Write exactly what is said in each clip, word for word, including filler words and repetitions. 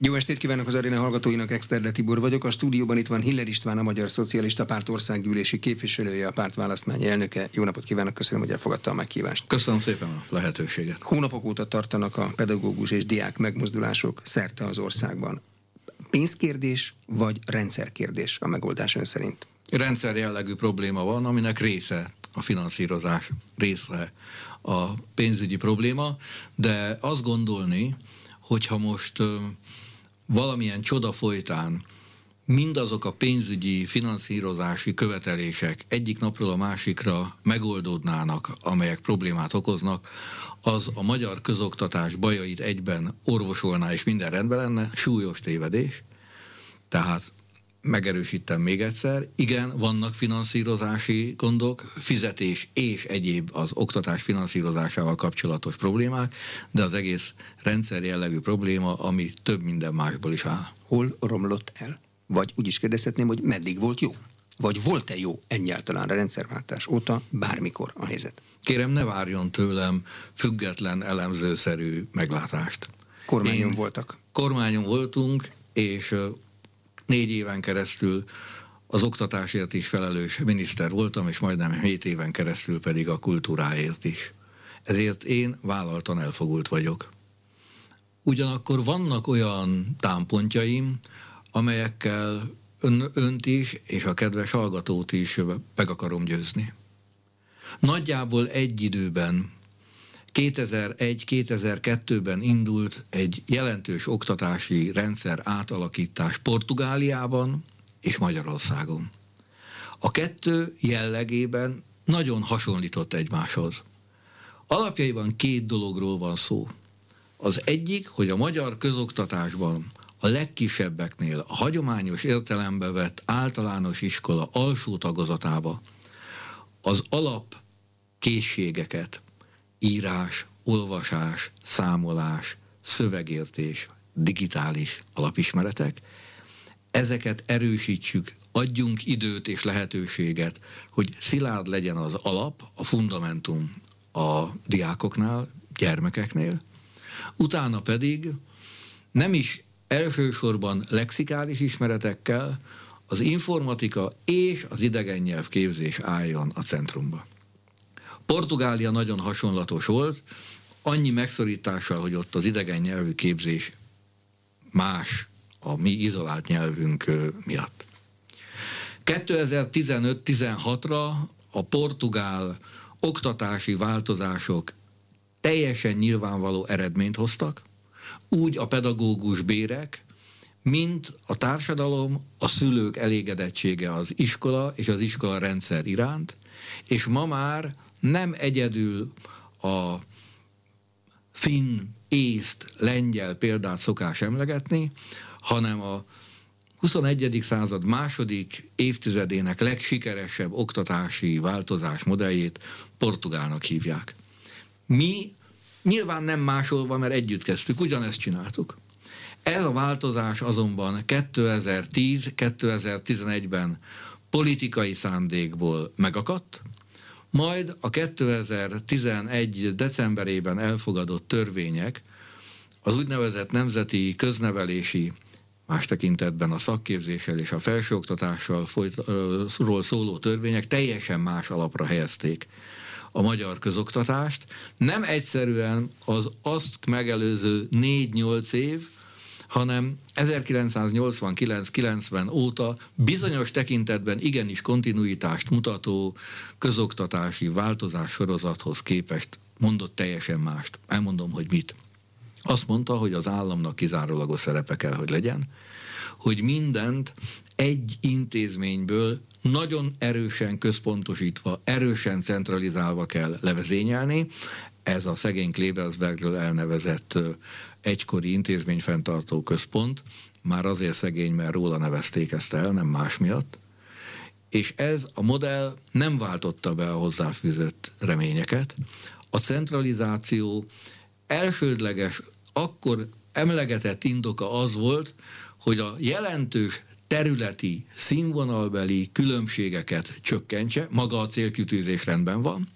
Jó estét kívánok az aréna hallgatóinak, Exterde Tibor vagyok. A stúdióban itt van Hiller István, a Magyar Szocialista Párt országgyűlési képviselője, a pártválasztmány elnöke. Jó napot kívánok, köszönöm, hogy elfogadta a meghívást. Köszönöm szépen a lehetőséget. Hónapok óta tartanak a pedagógus és diák megmozdulások szerte az országban. Pénzkérdés vagy rendszerkérdés a megoldás ön szerint? Rendszer jellegű probléma van, aminek része a finanszírozás, része a pénzügyi probléma, de azt gondolni, hogyha most ö, valamilyen csoda folytán mindazok a pénzügyi, finanszírozási követelések egyik napról a másikra megoldódnának, amelyek problémát okoznak, az a magyar közoktatás bajait egyben orvosolná, és minden rendben lenne, súlyos tévedés. Tehát megerősítem még egyszer, igen, vannak finanszírozási gondok, fizetés és egyéb az oktatás finanszírozásával kapcsolatos problémák, de az egész rendszer jellegű probléma, ami több minden másból is áll. Hol romlott el? Vagy úgy is kérdezhetném, hogy meddig volt jó? Vagy volt-e jó egyáltalán a rendszerváltás óta bármikor a helyzet? Kérem, ne várjon tőlem független, elemzőszerű meglátást. Kormányon Én voltak. Kormányon voltunk, és négy éven keresztül az oktatásért is felelős miniszter voltam, és majdnem hét éven keresztül pedig a kultúráért is. Ezért én vállaltan elfogult vagyok. Ugyanakkor vannak olyan támpontjaim, amelyekkel ön, önt is, és a kedves hallgatót is meg akarom győzni. Nagyjából egy időben, kétezer-egy kétezer-kettőben indult egy jelentős oktatási rendszer átalakítás Portugáliában és Magyarországon. A kettő jellegében nagyon hasonlított egymáshoz. Alapjaiban két dologról van szó. Az egyik, hogy a magyar közoktatásban a legkisebbeknél a hagyományos értelembe vett általános iskola alsó tagozatába az alapkészségeket, írás, olvasás, számolás, szövegértés, digitális alapismeretek, ezeket erősítsük, adjunk időt és lehetőséget, hogy szilárd legyen az alap, a fundamentum a diákoknál, gyermekeknél, utána pedig nem is elsősorban lexikális ismeretekkel az informatika és az idegen nyelvképzés álljon a centrumba. Portugália nagyon hasonlatos volt, annyi megszorítással, hogy ott az idegen nyelvű képzés más a mi izolált nyelvünk miatt. kétezer-tizenöt-tizenhatra a portugál oktatási változások teljesen nyilvánvaló eredményt hoztak, úgy a pedagógus bérek, mint a társadalom, a szülők elégedettsége az iskola és az iskola rendszer iránt, és ma már nem egyedül a finn, észt, lengyel példát szokás emlegetni, hanem a huszonegyedik század második évtizedének legsikeresebb oktatási változás modelljét portugálnak hívják. Mi nyilván nem másolva, mert együtt kezdtük, ugyanezt csináltuk. Ez a változás azonban kétezer-tíz-kétezer-tizenegyben politikai szándékból megakadt, majd a kétezer-tizenegy decemberében elfogadott törvények, az úgynevezett nemzeti köznevelési, más tekintetben a szakképzéssel és a felsőoktatással folytról szóló törvények teljesen más alapra helyezték a magyar közoktatást. Nem egyszerűen az azt megelőző négy-nyolc év, hanem ezerkilencszáznyolcvankilenc-kilencven óta bizonyos tekintetben igenis kontinuitást mutató közoktatási változás sorozathoz képest mondott teljesen mást. Elmondom, hogy mit. Azt mondta, hogy az államnak kizárólagos szerepe kell, hogy legyen, hogy mindent egy intézményből nagyon erősen központosítva, erősen centralizálva kell levezényelni. Ez a szegény Klebersbergről elnevezett egykori intézményfenntartó központ, már azért szegény, mert róla nevezték ezt el, nem más miatt. És ez a modell nem váltotta be a hozzáfűzött reményeket. A centralizáció elsődleges, akkor emlegetett indoka az volt, hogy a jelentős területi, színvonalbeli különbségeket csökkentse, maga a célkitűzés rendben van,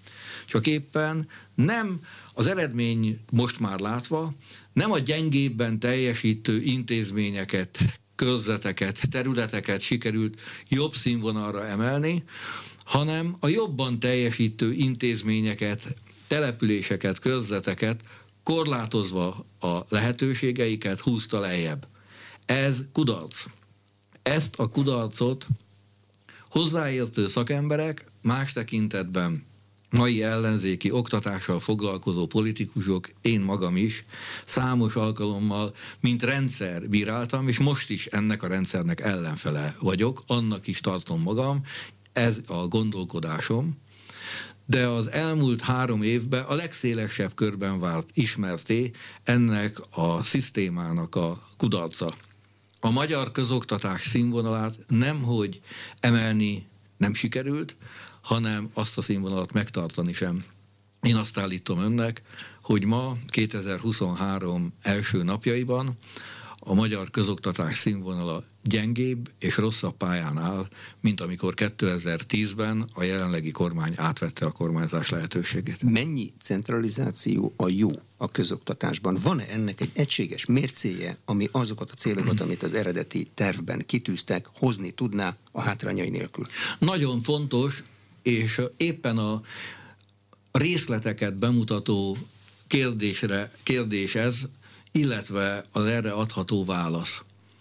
csak éppen nem az eredmény most már látva, nem a gyengébben teljesítő intézményeket, körzeteket, területeket sikerült jobb színvonalra emelni, hanem a jobban teljesítő intézményeket, településeket, körzeteket korlátozva a lehetőségeiket húzta lejjebb. Ez kudarc. Ezt a kudarcot hozzáértő szakemberek, más tekintetben mai ellenzéki oktatással foglalkozó politikusok, én magam is számos alkalommal, mint rendszer bíráltam, és most is ennek a rendszernek ellenfele vagyok, annak is tartom magam, ez a gondolkodásom, de az elmúlt három évben a legszélesebb körben vált ismerté ennek a szisztémának a kudarca. A magyar közoktatás színvonalát nemhogy emelni nem sikerült, hanem azt a színvonalat megtartani sem. Én azt állítom önnek, hogy ma kétezer-huszonhárom első napjaiban a magyar közoktatás színvonala gyengébb és rosszabb pályán áll, mint amikor kétezer-tízben a jelenlegi kormány átvette a kormányzás lehetőségét. Mennyi centralizáció a jó a közoktatásban? Van-e ennek egy egységes mércéje, ami azokat a célokat, amit az eredeti tervben kitűztek, hozni tudná a hátrányai nélkül? Nagyon fontos, és éppen a részleteket bemutató kérdésre, kérdés ez, illetve az erre adható válasz.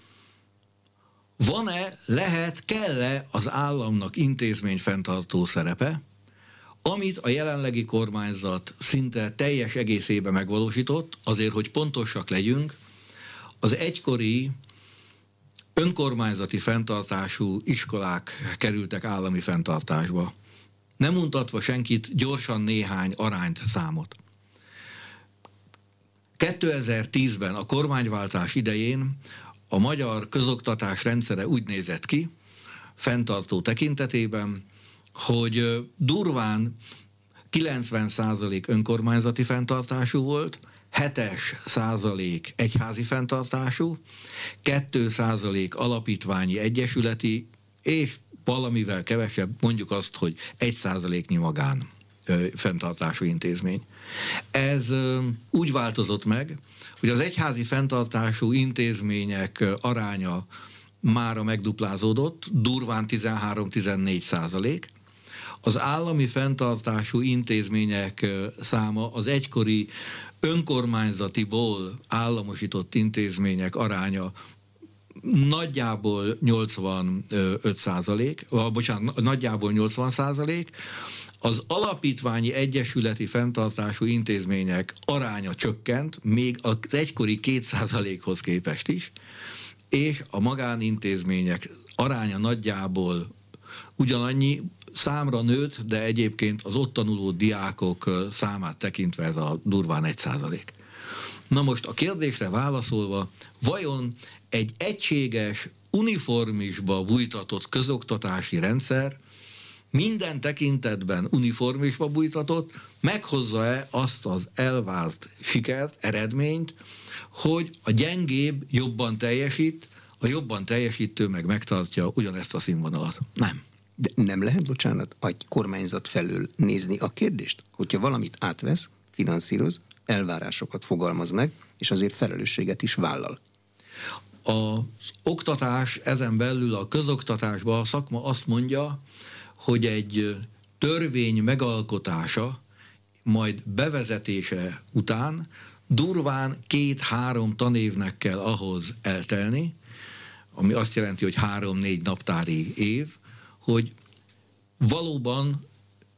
Van-e, lehet, kell-e az államnak intézményfenntartó szerepe, amit a jelenlegi kormányzat szinte teljes egészében megvalósított, azért, hogy pontosak legyünk, az egykori önkormányzati fenntartású iskolák kerültek állami fenntartásba. Nem mutatva senkit, gyorsan néhány arányt, számot. kétezer-tízben a kormányváltás idején a magyar közoktatás rendszere úgy nézett ki, fenntartó tekintetében, hogy durván kilencven százalék önkormányzati fenntartású volt, hetes százalék egyházi fenntartású, két százalék alapítványi egyesületi, és valamivel kevesebb, mondjuk azt, hogy egy százaléknyi magán ö, fenntartású intézmény. Ez ö, úgy változott meg, hogy az egyházi fenntartású intézmények aránya mára megduplázódott, durván tizenhárom-tizennégy százalék. Az állami fenntartású intézmények száma az egykori önkormányzatiból államosított intézmények aránya nagyjából nyolcvanöt százalék, vagy bocsánat, nagyjából nyolcvan százalék, az alapítványi egyesületi fenntartású intézmények aránya csökkent, még az egykori két százalékhoz képest is, és a magánintézmények aránya nagyjából ugyanannyi, számra nőtt, de egyébként az ott tanuló diákok számát tekintve ez a durván egy százalék. Na most a kérdésre válaszolva, vajon egy egységes, uniformisba bújtatott közoktatási rendszer minden tekintetben uniformisba bújtatott, meghozza-e azt az elvárt sikert, eredményt, hogy a gyengébb jobban teljesít, a jobban teljesítő meg megtartja ugyanezt a színvonalat? Nem. De nem lehet, bocsánat, egy kormányzat felől nézni a kérdést? Hogyha valamit átvesz, finanszíroz, elvárásokat fogalmaz meg, és azért felelősséget is vállal. Az oktatás, ezen belül a közoktatásban a szakma azt mondja, hogy egy törvény megalkotása, majd bevezetése után durván két-három tanévnek kell ahhoz eltelni, ami azt jelenti, hogy három-négy naptári év, hogy valóban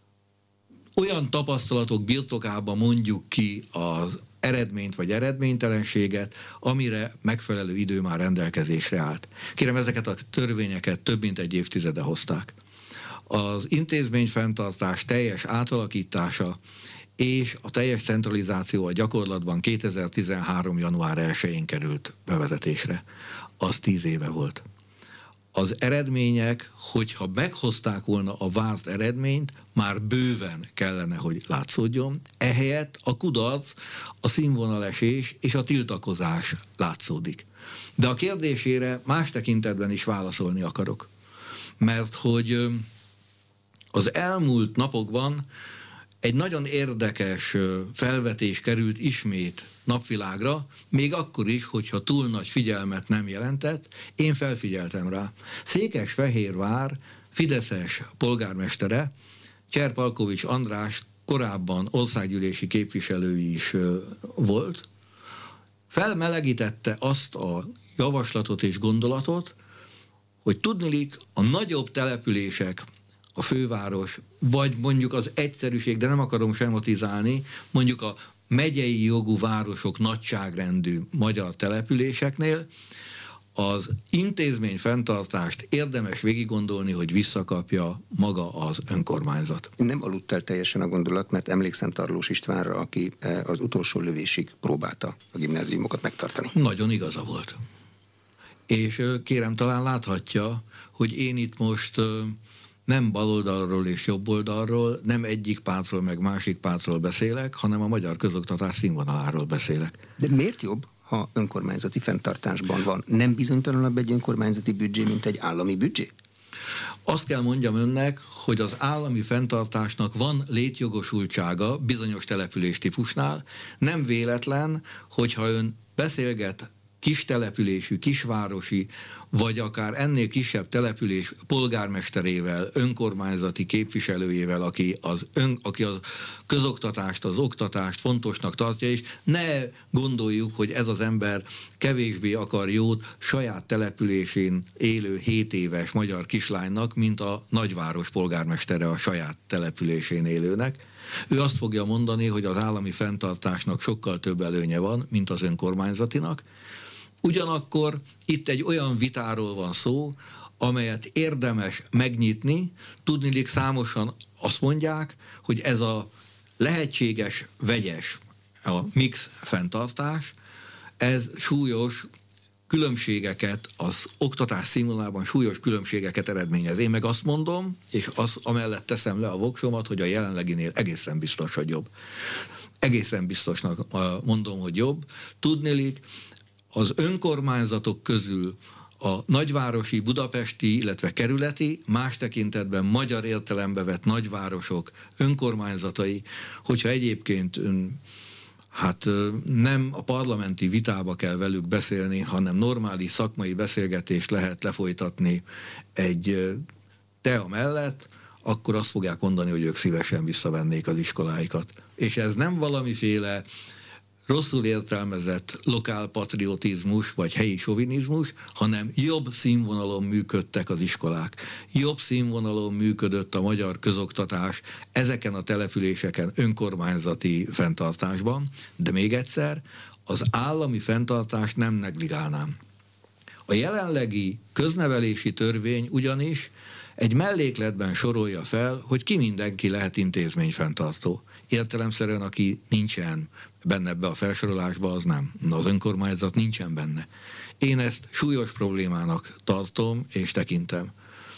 olyan tapasztalatok birtokában mondjuk ki az eredményt vagy eredménytelenséget, amire megfelelő idő már rendelkezésre állt. Kérem, ezeket a törvényeket több mint egy évtizede hozták. Az intézményfenntartás teljes átalakítása és a teljes centralizáció a gyakorlatban kétezer-tizenhárom. január elsején került bevezetésre. Az tíz éve volt. Az eredmények, hogyha meghozták volna a várt eredményt, már bőven kellene, hogy látszódjon. Ehelyett a kudarc, a színvonalesés és a tiltakozás látszódik. De a kérdésére más tekintetben is válaszolni akarok. Mert hogy az elmúlt napokban egy nagyon érdekes felvetés került ismét napvilágra, még akkor is, hogyha túl nagy figyelmet nem jelentett, én felfigyeltem rá. Székesfehérvár fideszes polgármestere, Cserpalkovics András korábban országgyűlési képviselő is volt, felmelegítette azt a javaslatot és gondolatot, hogy tudniillik a nagyobb települések, a főváros, vagy mondjuk az egyszerűség, de nem akarom sematizálni, mondjuk a megyei jogú városok nagyságrendű magyar településeknél az intézmény fenntartást érdemes végiggondolni, hogy visszakapja maga az önkormányzat. Nem aludt el teljesen a gondolat, mert emlékszem Tarlós Istvánra, aki az utolsó lövésig próbálta a gimnáziumokat megtartani. Nagyon igaza volt. És kérem, talán láthatja, hogy én itt most nem baloldalról és jobboldalról, nem egyik pártról meg másik pártról beszélek, hanem a magyar közoktatás színvonaláról beszélek. De miért jobb, ha önkormányzati fenntartásban van? Nem bizonytalanabb egy önkormányzati büdzsé, mint egy állami büdzsé? Azt kell mondjam önnek, hogy az állami fenntartásnak van létjogosultsága bizonyos település típusnál. Nem véletlen, hogyha ön beszélget kis településű, kisvárosi, vagy akár ennél kisebb település polgármesterével, önkormányzati képviselőjével, aki az, ön, aki az közoktatást, az oktatást fontosnak tartja, és ne gondoljuk, hogy ez az ember kevésbé akar jót saját településén élő hét éves magyar kislánynak, mint a nagyváros polgármestere a saját településén élőnek. Ő azt fogja mondani, hogy az állami fenntartásnak sokkal több előnye van, mint az önkormányzatinak. Ugyanakkor itt egy olyan vitáról van szó, amelyet érdemes megnyitni. Tudniillik, számosan azt mondják, hogy ez a lehetséges vegyes, a mix fenntartás, ez súlyos különbségeket, az oktatás színvonalában súlyos különbségeket eredményez. Én meg azt mondom, és az amellett teszem le a voksomat, hogy a jelenleginél egészen biztos, hogy jobb. Egészen biztosnak mondom, hogy jobb. Tudniillik, az önkormányzatok közül a nagyvárosi, budapesti, illetve kerületi, más tekintetben magyar értelembe vett nagyvárosok önkormányzatai, hogyha egyébként hát nem a parlamenti vitába kell velük beszélni, hanem normális szakmai beszélgetést lehet lefolytatni egy tea mellett, akkor azt fogják mondani, hogy ők szívesen visszavennék az iskoláikat. És ez nem valamiféle rosszul értelmezett lokálpatriotizmus vagy helyi sovinizmus, hanem jobb színvonalon működtek az iskolák. Jobb színvonalon működött a magyar közoktatás ezeken a településeken önkormányzati fenntartásban, de még egyszer, az állami fenntartást nem negligálnám. A jelenlegi köznevelési törvény ugyanis egy mellékletben sorolja fel, hogy ki mindenki lehet intézményfenntartó. Értelemszerűen, aki nincsen benne ebbe a felsorolásba, az nem. Az önkormányzat nincsen benne. Én ezt súlyos problémának tartom és tekintem.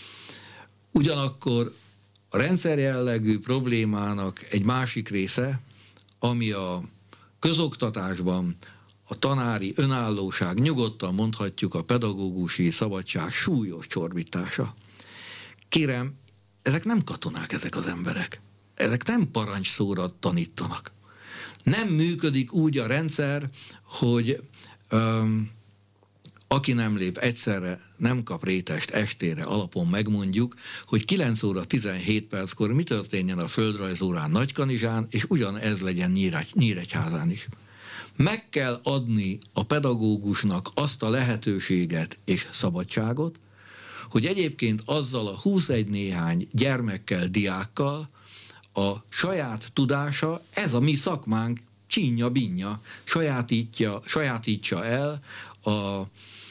Ugyanakkor a rendszer jellegű problémának egy másik része, ami a közoktatásban a tanári önállóság, nyugodtan mondhatjuk a pedagógusi szabadság súlyos csorbítása. Kérem, ezek nem katonák, ezek az emberek. Ezek nem parancsszóra tanítanak. Nem működik úgy a rendszer, hogy öm, aki nem lép egyszerre, nem kap rétest estére, alapon megmondjuk, hogy kilenc óra tizenhét perckor mi történjen a földrajzórán Nagykanizsán, és ugyanez legyen Nyíregy, Nyíregyházán is. Meg kell adni a pedagógusnak azt a lehetőséget és szabadságot, hogy egyébként azzal a huszonegy néhány gyermekkel, diákkal a saját tudása, ez a mi szakmánk, csínja-binja, sajátítja, sajátítsa el a, a,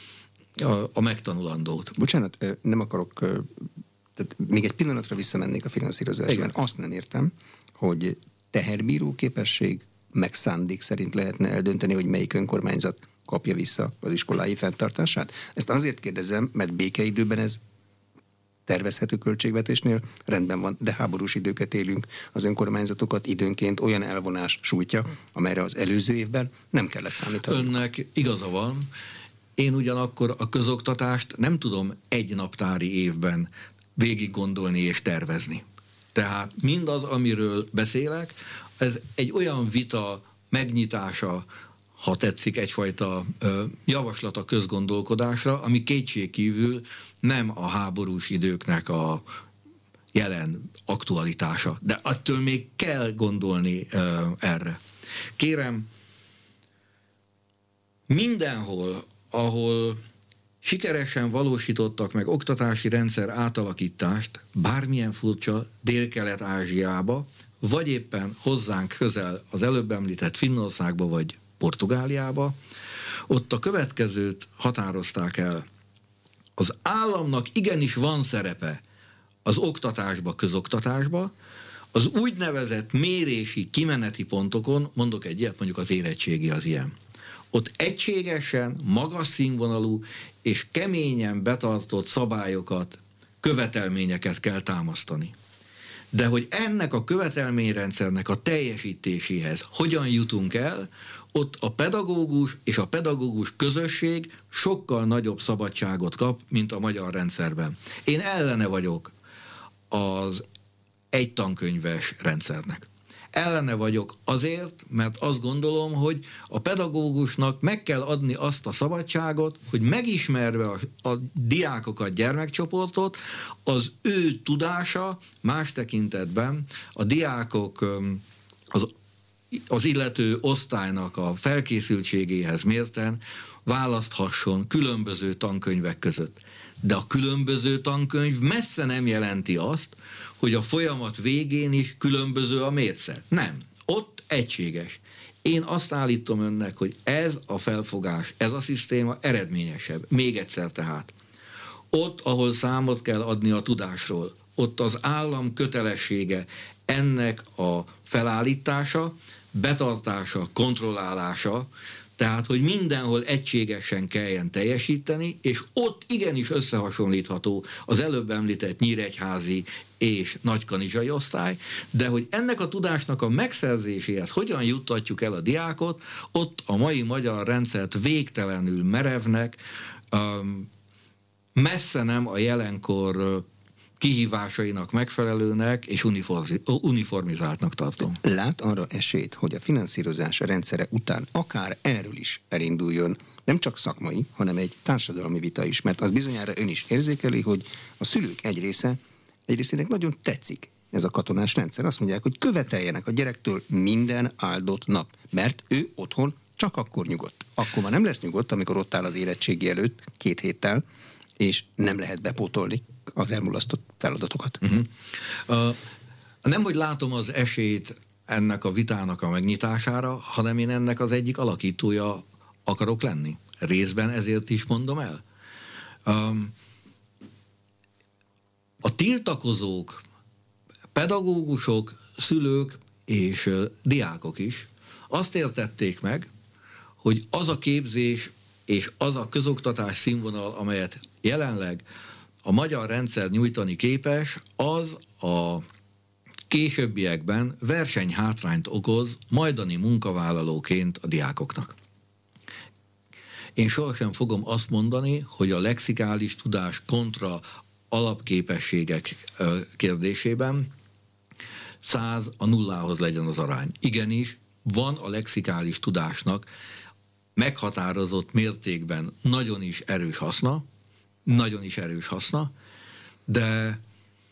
a megtanulandót. Bocsánat, nem akarok, tehát még egy pillanatra visszamennék a finanszírozásban. Azt nem értem, hogy teherbíró képesség, meg szándék szerint lehetne eldönteni, hogy melyik önkormányzat kapja vissza az iskolái fenntartását. Ezt azért kérdezem, mert békeidőben ez tervezhető költségvetésnél rendben van, de háborús időket élünk, az önkormányzatokat időnként olyan elvonás sújtja, amelyre az előző évben nem kellett számítani. Önnek igaza van. Én ugyanakkor a közoktatást nem tudom egy naptári évben végig gondolni és tervezni. Tehát mindaz, amiről beszélek, ez egy olyan vita megnyitása, ha tetszik, egyfajta ö, javaslat a közgondolkodásra, ami kétségkívül nem a háborús időknek a jelen aktualitása. De attól még kell gondolni ö, erre. Kérem, mindenhol, ahol sikeresen valósítottak meg oktatási rendszer átalakítást, bármilyen furcsa, Dél-Kelet-Ázsiába, vagy éppen hozzánk közel az előbb említett Finnországba, vagy Portugáliába, ott a következőt határozták el. Az államnak igenis van szerepe az oktatásba, közoktatásba, az úgynevezett mérési, kimeneti pontokon, mondok egy ilyet, mondjuk az érettségi az ilyen. Ott egységesen, magas színvonalú és keményen betartott szabályokat, követelményeket kell támasztani. De hogy ennek a követelményrendszernek a teljesítéséhez hogyan jutunk el, ott a pedagógus és a pedagógus közösség sokkal nagyobb szabadságot kap, mint a magyar rendszerben. Én ellene vagyok az egy tankönyves rendszernek. Ellene vagyok azért, mert azt gondolom, hogy a pedagógusnak meg kell adni azt a szabadságot, hogy megismerve a, a diákokat, gyermekcsoportot, az ő tudása más tekintetben a diákok az, az illető osztálynak a felkészültségéhez mérten választhasson különböző tankönyvek között. De a különböző tankönyv messze nem jelenti azt, hogy a folyamat végén is különböző a mérce. Nem. Ott egységes. Én azt állítom önnek, hogy ez a felfogás, ez a szisztéma eredményesebb. Még egyszer tehát. Ott, ahol számot kell adni a tudásról, ott az állam kötelessége ennek a felállítása, betartása, kontrollálása, tehát, hogy mindenhol egységesen kelljen teljesíteni, és ott igenis összehasonlítható az előbb említett nyíregyházi és nagykanizsai osztály, de hogy ennek a tudásnak a megszerzéséhez hogyan juttatjuk el a diákot, ott a mai magyar rendszert végtelenül merevnek, messze nem a jelenkor kihívásainak megfelelőnek és uniformizáltnak tartom. Lát arra esélyt, hogy a finanszírozás rendszere után akár erről is elinduljon, nem csak szakmai, hanem egy társadalmi vita is, mert az bizonyára ön is érzékeli, hogy a szülők egy része, egy részének nagyon tetszik ez a katonás rendszer. Azt mondják, hogy követeljenek a gyerektől minden áldott nap, mert ő otthon csak akkor nyugodt. Akkor már nem lesz nyugodt, amikor ott áll az érettségi előtt két héttel, és nem lehet bepótolni az elmulasztott feladatokat. Uh-huh. Uh, nem, hogy látom az esélyt ennek a vitának a megnyitására, hanem én ennek az egyik alakítója akarok lenni. Részben ezért is mondom el. Um, a tiltakozók, pedagógusok, szülők és uh, diákok is azt értették meg, hogy az a képzés és az a közoktatás színvonal, amelyet jelenleg a magyar rendszer nyújtani képes, az a későbbiekben versenyhátrányt okoz majdani munkavállalóként a diákoknak. Én sohasem fogom azt mondani, hogy a lexikális tudás kontra alapképességek kérdésében száz a nullához legyen az arány. Igenis, van a lexikális tudásnak meghatározott mértékben nagyon is erős haszna, nagyon is erős haszna, de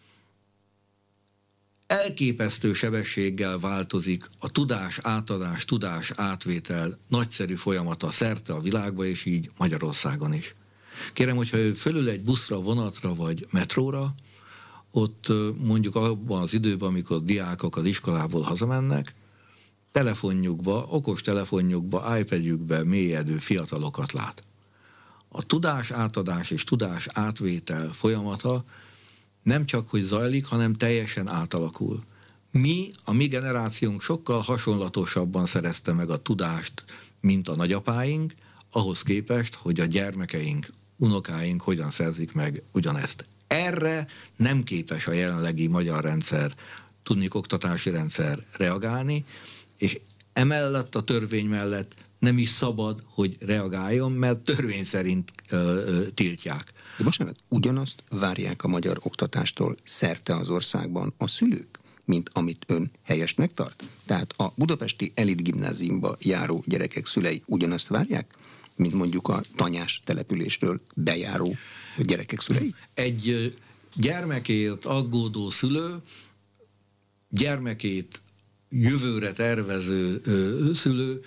elképesztő sebességgel változik a tudás átadás, tudás átvétel nagyszerű folyamata szerte a világba, és így Magyarországon is. Kérem, hogyha ő fölül egy buszra, vonatra vagy metróra, ott mondjuk abban az időben, amikor diákok az iskolából hazamennek, telefonjukba, okos telefonjukba, iPadjükbe mélyedő fiatalokat lát. A tudás átadás és tudás átvétel folyamata nem csak hogy zajlik, hanem teljesen átalakul. Mi, a mi generációnk sokkal hasonlatosabban szerezte meg a tudást, mint a nagyapáink, ahhoz képest, hogy a gyermekeink, unokáink hogyan szerzik meg ugyanezt. Erre nem képes a jelenlegi magyar rendszer, tudnik oktatási rendszer reagálni, és emellett a törvény mellett nem is szabad, hogy reagáljon, mert törvény szerint ö, ö, tiltják. De bocsánat, ugyanazt várják a magyar oktatástól szerte az országban a szülők, mint amit ön helyesnek tart? Tehát a budapesti elit gimnáziumba járó gyerekek szülei ugyanazt várják, mint mondjuk a Tanyás településről bejáró gyerekek szülei? Egy gyermekért aggódó szülő, gyermekét jövőre tervező ö, szülő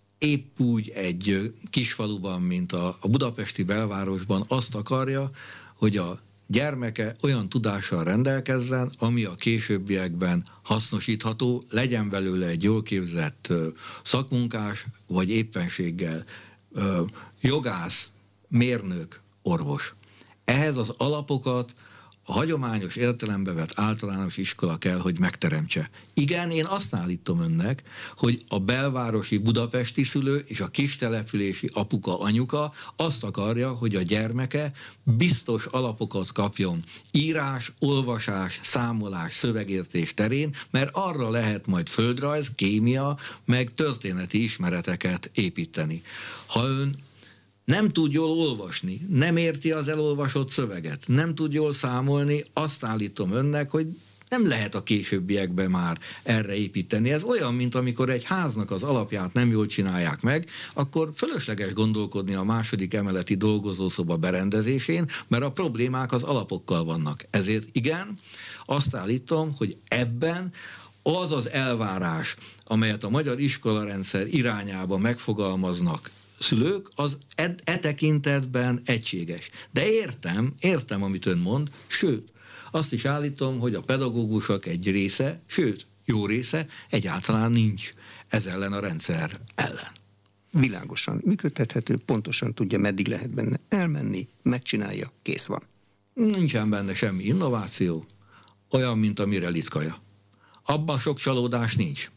épp úgy egy kisfaluban, mint a, a budapesti belvárosban azt akarja, hogy a gyermeke olyan tudással rendelkezzen, ami a későbbiekben hasznosítható, legyen belőle egy jól képzett ö, szakmunkás, vagy éppenséggel ö, jogász, mérnök, orvos. Ehhez az alapokat a hagyományos értelembe vett általános iskola kell, hogy megteremtse. Igen, én azt állítom önnek, hogy a belvárosi budapesti szülő és a kistelepülési apuka, anyuka azt akarja, hogy a gyermeke biztos alapokat kapjon írás, olvasás, számolás, szövegértés terén, mert arra lehet majd földrajz, kémia, meg történeti ismereteket építeni. Ha ön nem tud jól olvasni, nem érti az elolvasott szöveget, nem tud jól számolni, azt állítom önnek, hogy nem lehet a későbbiekben már erre építeni. Ez olyan, mint amikor egy háznak az alapját nem jól csinálják meg, akkor fölösleges gondolkodni a második emeleti dolgozószoba berendezésén, mert a problémák az alapokkal vannak. Ezért igen, azt állítom, hogy ebben az az elvárás, amelyet a magyar iskolarendszer irányába megfogalmaznak szülők, az e, e tekintetben egységes. De értem, értem, amit ön mond, sőt, azt is állítom, hogy a pedagógusok egy része, sőt, jó része egyáltalán nincs ez ellen a rendszer ellen. Világosan működtethető, pontosan tudja, meddig lehet benne elmenni, megcsinálja, kész van. Nincsen benne semmi innováció, olyan, mint a Mirelit kaja. Abban sok csalódás nincs.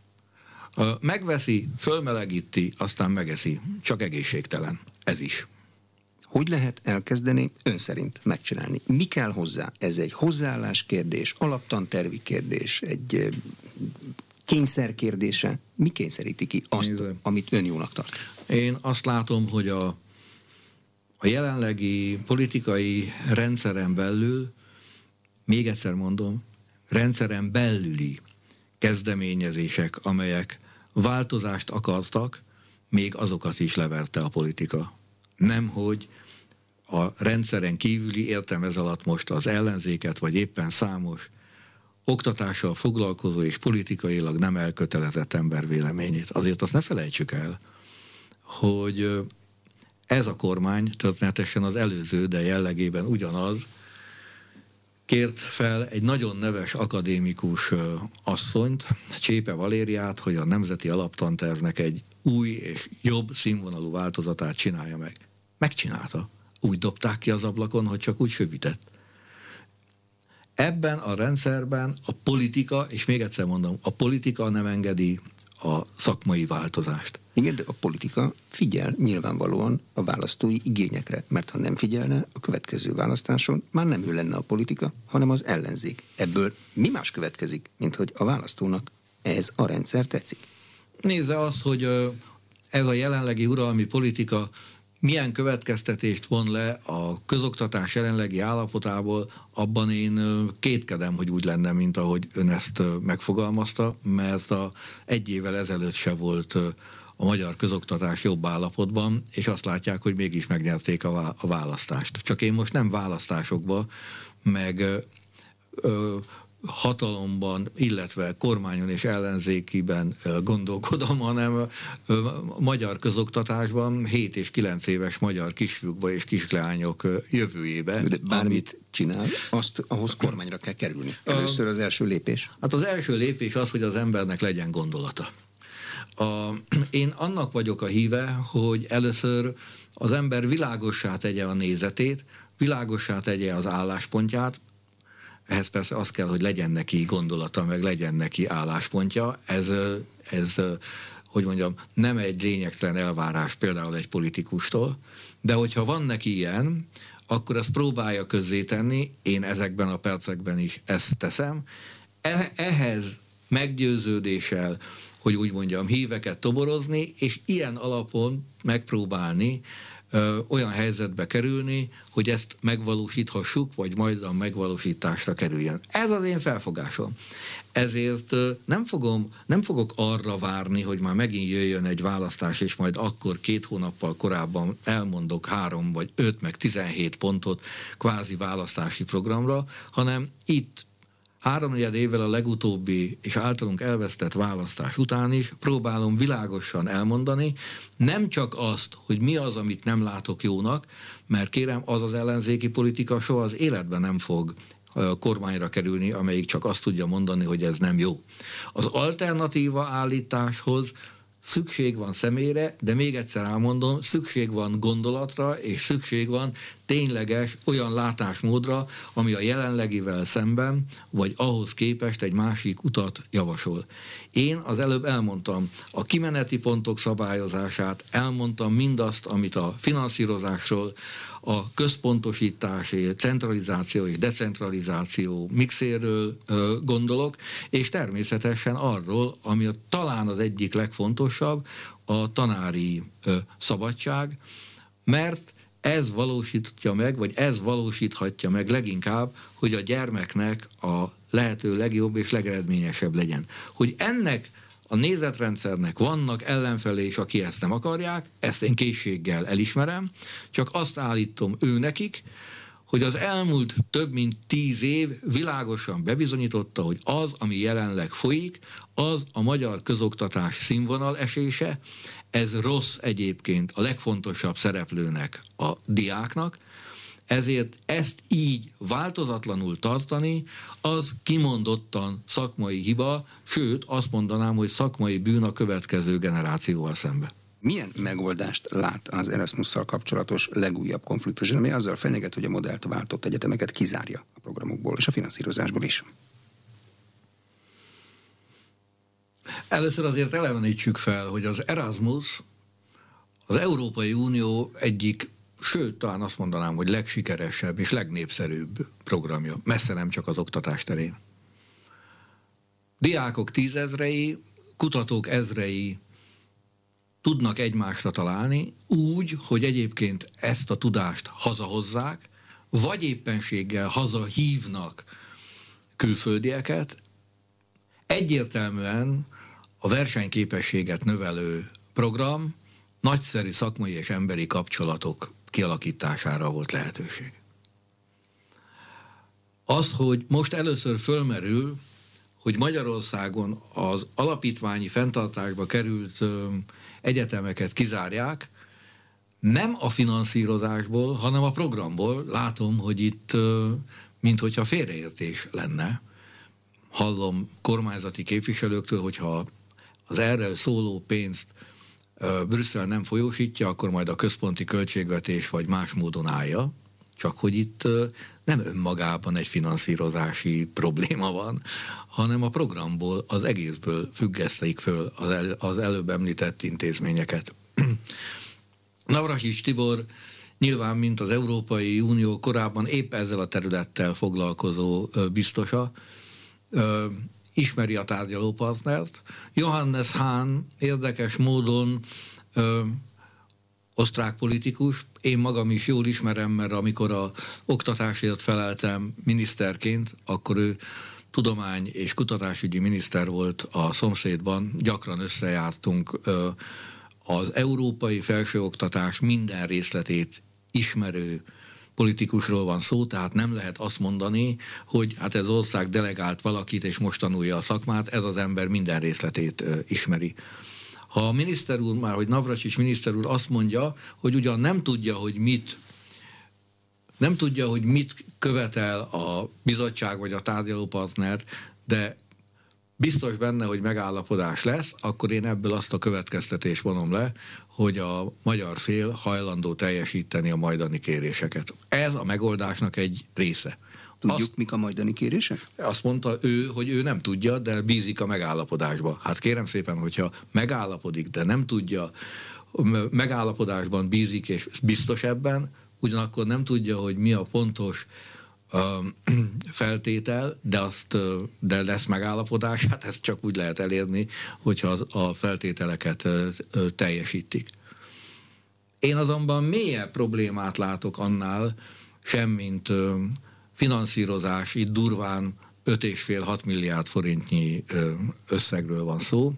Megveszi, fölmelegíti, aztán megeszi. Csak egészségtelen. Ez is. Hogy lehet elkezdeni ön szerint megcsinálni? Mi kell hozzá? Ez egy hozzáállás kérdés, alaptantervi kérdés, egy kényszer kérdése? Mi kényszeríti ki azt, Nézze. amit ön jónak tart? Én azt látom, hogy a, a jelenlegi politikai rendszeren belül, még egyszer mondom, rendszeren belüli kezdeményezések, amelyek változást akartak, még azokat is leverte a politika. Nemhogy a rendszeren kívüli, értem ez alatt most az ellenzéket, vagy éppen számos oktatással foglalkozó és politikailag nem elkötelezett ember véleményét. Azért azt ne felejtsük el, hogy ez a kormány, történetesen az előző, de jellegében ugyanaz, kért fel egy nagyon neves akadémikus asszonyt, Csépe Valériát, hogy a Nemzeti Alaptantervnek egy új és jobb színvonalú változatát csinálja meg. Megcsinálta. Úgy dobták ki az ablakon, hogy csak úgy sövített. Ebben a rendszerben a politika, és még egyszer mondom, a politika nem engedi a szakmai változást. Igen, de a politika figyel nyilvánvalóan a választói igényekre, mert ha nem figyelne, a következő választáson már nem ő lenne a politika, hanem az ellenzék. Ebből mi más következik, mint hogy a választónak ez a rendszer tetszik? Nézze azt, hogy ez a jelenlegi uralmi politika milyen következtetést von le a közoktatás jelenlegi állapotából, abban én kétkedem, hogy úgy lenne, mint ahogy ön ezt megfogalmazta, mert a egy évvel ezelőtt se volt a magyar közoktatás jobb állapotban, és azt látják, hogy mégis megnyerték a választást. Csak én most nem választásokba, meg ö, hatalomban, illetve kormányon és ellenzékiben gondolkodom, hanem magyar közoktatásban hét és kilenc éves magyar kisfiúkba és kisleányok jövőjébe. De bármit amit csinál, azt ahhoz kormányra kell kerülni. Először az első lépés. Hát az első lépés az, hogy az embernek legyen gondolata. A, én annak vagyok a híve, hogy először az ember világossá tegye a nézetét, világossá tegye az álláspontját. Ehhez persze az kell, hogy legyen neki gondolata, meg legyen neki álláspontja. Ez, ez, hogy mondjam, nem egy lényegtelen elvárás például egy politikustól, de hogyha van neki ilyen, akkor ezt próbálja közzétenni, én ezekben a percekben is ezt teszem. Ehhez meggyőződéssel, hogy úgy mondjam, híveket toborozni, és ilyen alapon megpróbálni ö, olyan helyzetbe kerülni, hogy ezt megvalósíthassuk, vagy majd a megvalósításra kerüljön. Ez az én felfogásom. Ezért ö, nem, fogom, nem fogok arra várni, hogy már megint jöjjön egy választás, és majd akkor két hónappal korábban elmondok három, vagy öt, meg tizenhét pontot kvázi választási programra, hanem itt háromnegyed évvel a legutóbbi és általunk elvesztett választás után is próbálom világosan elmondani, nem csak azt, hogy mi az, amit nem látok jónak, mert kérem, az az ellenzéki politika soha az életben nem fog kormányra kerülni, amelyik csak azt tudja mondani, hogy ez nem jó. Az alternatíva állításhoz szükség van személyre, de még egyszer elmondom, szükség van gondolatra, és szükség van tényleges olyan látásmódra, ami a jelenlegivel szemben, vagy ahhoz képest egy másik utat javasol. Én az előbb elmondtam a kimeneti pontok szabályozását, elmondtam mindazt, amit a finanszírozásról, a központosítás, centralizáció és decentralizáció mixéről ö, gondolok, és természetesen arról, ami a, talán az egyik legfontosabb, a tanári ö, szabadság, mert ez valósítja meg, vagy ez valósíthatja meg leginkább, hogy a gyermeknek a lehető legjobb és legeredményesebb legyen. Hogy ennek a nézetrendszernek vannak ellenfelé is, aki ezt nem akarják, ezt én készséggel elismerem, csak azt állítom őnekik, hogy az elmúlt több mint tíz év világosan bebizonyította, hogy az, ami jelenleg folyik, az a magyar közoktatás színvonal esése, ez rossz egyébként a legfontosabb szereplőnek, a diáknak, ezért ezt így változatlanul tartani, az kimondottan szakmai hiba, sőt azt mondanám, hogy szakmai bűn a következő generációval szembe. Milyen megoldást lát az Erasmusszal kapcsolatos legújabb konfliktus, ami azzal fenyeget, hogy a modellt váltott egyetemeket kizárja a programokból és a finanszírozásból is? Először azért elevenítsük fel, hogy az Erasmus az Európai Unió egyik, sőt, talán azt mondanám, hogy legsikeresebb és legnépszerűbb programja, messze nem csak az oktatás terén. Diákok tízezrei, kutatók ezrei tudnak egymásra találni úgy, hogy egyébként ezt a tudást hazahozzák, vagy éppenséggel hazahívnak külföldieket. Egyértelműen a versenyképességet növelő program nagyszerű szakmai és emberi kapcsolatok kialakítására volt lehetőség. Az, hogy most először fölmerül, hogy Magyarországon az alapítványi fenntartásba került egyetemeket kizárják, nem a finanszírozásból, hanem a programból. Látom, hogy itt minthogyha félreértés lenne. Hallom kormányzati képviselőktől, hogyha az erre szóló pénzt Brüsszel nem folyósítja, akkor majd a központi költségvetés vagy más módon állja, csak hogy itt nem önmagában egy finanszírozási probléma van, hanem a programból, az egészből függesztik föl az, el, az előbb említett intézményeket. Navracsics Tibor nyilván, mint az Európai Unió korábban épp ezzel a területtel foglalkozó biztosa, ismeri a tárgyalópartnert. Johannes Hahn érdekes módon ö, osztrák politikus, én magam is jól ismerem, mert amikor az oktatásért feleltem miniszterként, akkor ő tudomány- és kutatásügyi miniszter volt a szomszédban, gyakran összejártunk, ö, az európai felsőoktatás minden részletét ismerő politikusról van szó, tehát nem lehet azt mondani, hogy hát ez ország delegált valakit, és most tanulja a szakmát, ez az ember minden részletét ö, ismeri. Ha a miniszter úr, már hogy Navracsics miniszter úr azt mondja, hogy ugyan nem tudja, hogy mit nem tudja, hogy mit követel a bizottság vagy a tárgyalópartner, de biztos benne, hogy megállapodás lesz, akkor én ebből azt a következtetést vonom le, hogy a magyar fél hajlandó teljesíteni a majdani kéréseket. Ez a megoldásnak egy része. Tudjuk, azt, mik a majdani kérések? Azt mondta ő, hogy ő nem tudja, de bízik a megállapodásba. Hát kérem szépen, hogyha megállapodik, de nem tudja, megállapodásban bízik és biztos ebben, ugyanakkor nem tudja, hogy mi a pontos feltétel, de, azt, de lesz megállapodás, hát ezt csak úgy lehet elérni, hogyha a feltételeket teljesítik. Én azonban mélyebb problémát látok annál, semmint finanszírozás, itt durván öt és fél hat milliárd forintnyi összegről van szó.